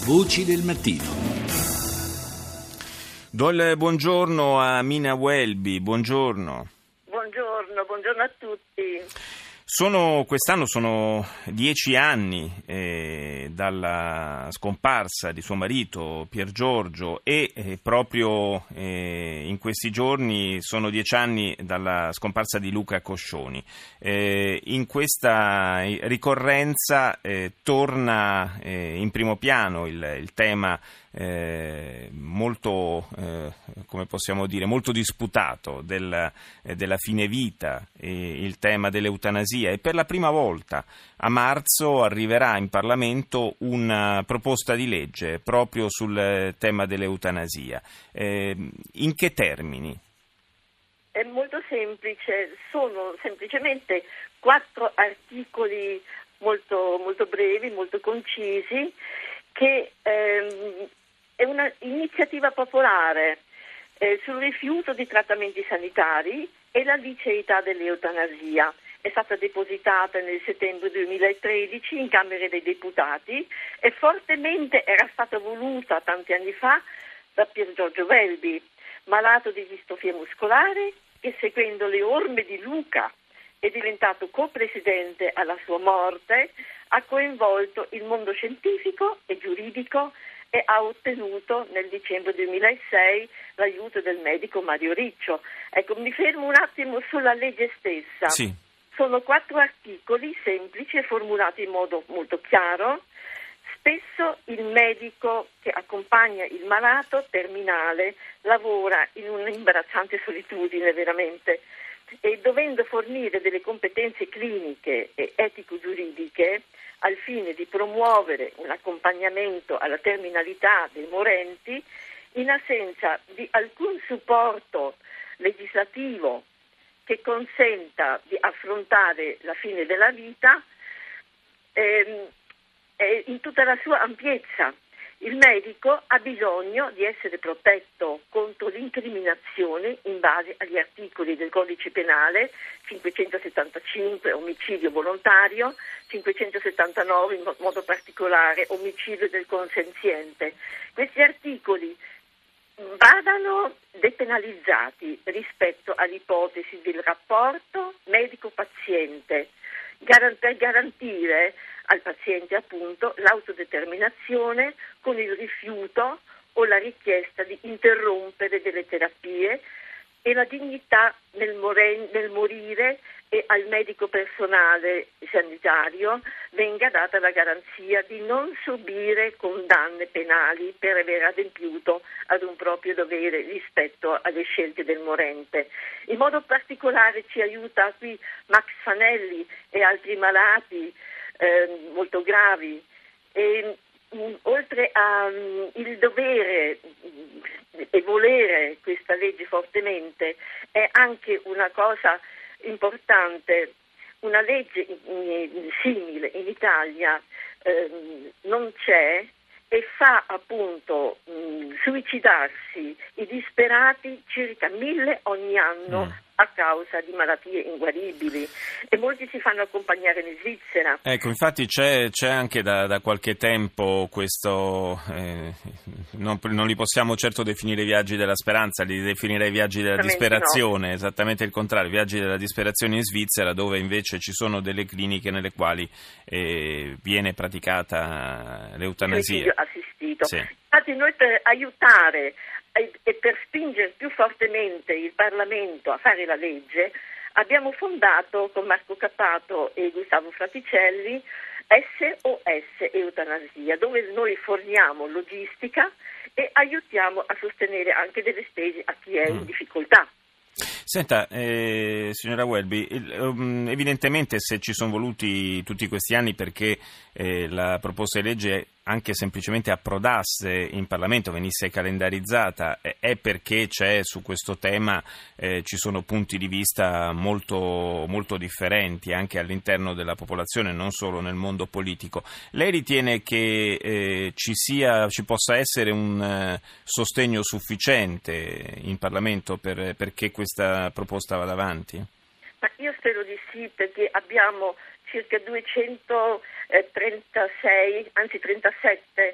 Voci del mattino. Do il buongiorno a Mina Welby, buongiorno. Buongiorno a tutti. Quest'anno sono 10 anni dalla scomparsa di suo marito Pier Giorgio e proprio in questi giorni sono 10 anni dalla scomparsa di Luca Coscioni. In questa ricorrenza torna in primo piano il tema molto, come possiamo dire, molto disputato della fine vita, il tema dell'eutanasia, e per la prima volta a marzo arriverà in Parlamento una proposta di legge proprio sul tema dell'eutanasia. In che termini? È molto semplice, sono semplicemente 4 articoli molto, molto brevi, molto concisi, che è una iniziativa popolare sul rifiuto di trattamenti sanitari e la liceità dell'eutanasia. È stata depositata nel settembre 2013 in Camera dei Deputati e fortemente era stata voluta tanti anni fa da Pier Giorgio Welby, malato di distrofia muscolare, che seguendo le orme di Luca è diventato copresidente alla sua morte, ha coinvolto il mondo scientifico e giuridico e ha ottenuto nel dicembre 2006 l'aiuto del medico Mario Riccio. Ecco, mi fermo un attimo sulla legge stessa. Sì. Sono 4 articoli semplici e formulati in modo molto chiaro. Spesso il medico che accompagna il malato terminale lavora in un'imbarazzante solitudine veramente, e dovendo fornire delle competenze cliniche e etico-giuridiche al fine di promuovere un accompagnamento alla terminalità dei morenti, in assenza di alcun supporto legislativo che consenta di affrontare la fine della vita in tutta la sua ampiezza. Il medico ha bisogno di essere protetto contro l'incriminazione in base agli articoli del Codice Penale 575 omicidio volontario, 579 in modo particolare omicidio del consenziente. Questi articoli vadano depenalizzati rispetto all'ipotesi del rapporto medico-paziente per garantire al paziente appunto l'autodeterminazione con il rifiuto o la richiesta di interrompere delle terapie, e la dignità nel morire, e al medico personale sanitario venga data la garanzia di non subire condanne penali per aver adempiuto ad un proprio dovere rispetto alle scelte del morente. In modo particolare ci aiuta qui Max Fanelli e altri malati molto gravi, e oltre a il dovere e volere questa legge fortemente, è anche una cosa importante. Una legge simile in Italia non c'è, e fa appunto suicidarsi i disperati circa 1.000 ogni anno a causa di malattie inguaribili, e molti si fanno accompagnare in Svizzera. Ecco, infatti c'è anche da qualche tempo questo, non li possiamo certo definire viaggi della speranza, li definirei viaggi della disperazione, no. Esattamente il contrario, viaggi della disperazione in Svizzera, dove invece ci sono delle cliniche nelle quali viene praticata l'eutanasia. Assistito. Sì. Infatti noi, per aiutare e per spingere più fortemente il Parlamento a fare la legge, abbiamo fondato con Marco Cappato e Gustavo Fraticelli SOS Eutanasia, dove noi forniamo logistica e aiutiamo a sostenere anche delle spese a chi è in difficoltà. Senta, signora Welby, evidentemente se ci sono voluti tutti questi anni perché la proposta di legge anche semplicemente approdasse in Parlamento, venisse calendarizzata, è perché c'è su questo tema, ci sono punti di vista molto, molto differenti anche all'interno della popolazione, non solo nel mondo politico. Lei ritiene che ci possa essere un sostegno sufficiente in Parlamento perché questa proposta vada avanti? Ma io spero di sì, perché abbiamo circa 236, anzi 37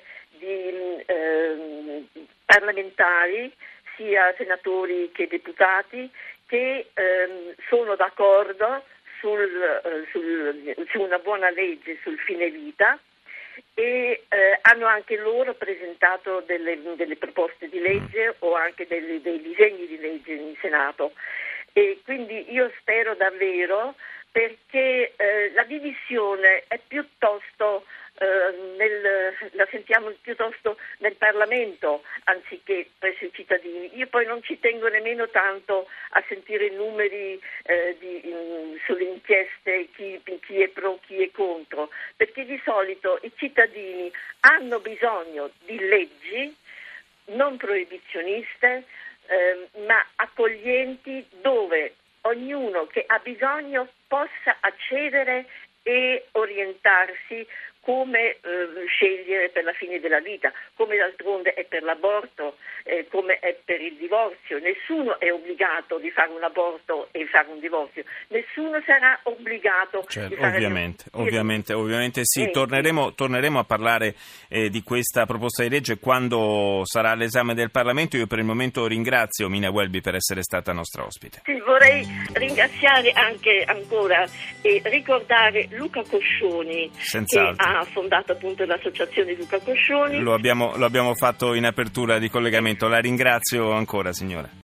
di parlamentari, sia senatori che deputati, che sono d'accordo su una buona legge sul fine vita e hanno anche loro presentato delle proposte di legge o anche dei disegni di legge in Senato. E quindi io spero davvero, perché la divisione è piuttosto la sentiamo piuttosto nel Parlamento anziché presso i cittadini. Io poi non ci tengo nemmeno tanto a sentire i numeri sulle inchieste, chi è pro, chi è contro, perché di solito i cittadini hanno bisogno di leggi non proibizioniste, ma accoglienti, dove ognuno che ha bisogno possa accedere e orientarsi come scegliere per la fine della vita, come d'altronde è per l'aborto, come è per il divorzio. Nessuno è obbligato di fare un aborto e fare un divorzio, nessuno sarà obbligato di fare ovviamente sì. Torneremo a parlare di questa proposta di legge quando sarà all'esame del Parlamento. Io per il momento ringrazio Mina Welby per essere stata nostra ospite. Sì, vorrei ringraziare anche ancora e ricordare Luca Coscioni, senz'altro, che ha fondato appunto l'associazione Luca Coscioni. Lo abbiamo fatto in apertura di collegamento. La ringrazio ancora, signora.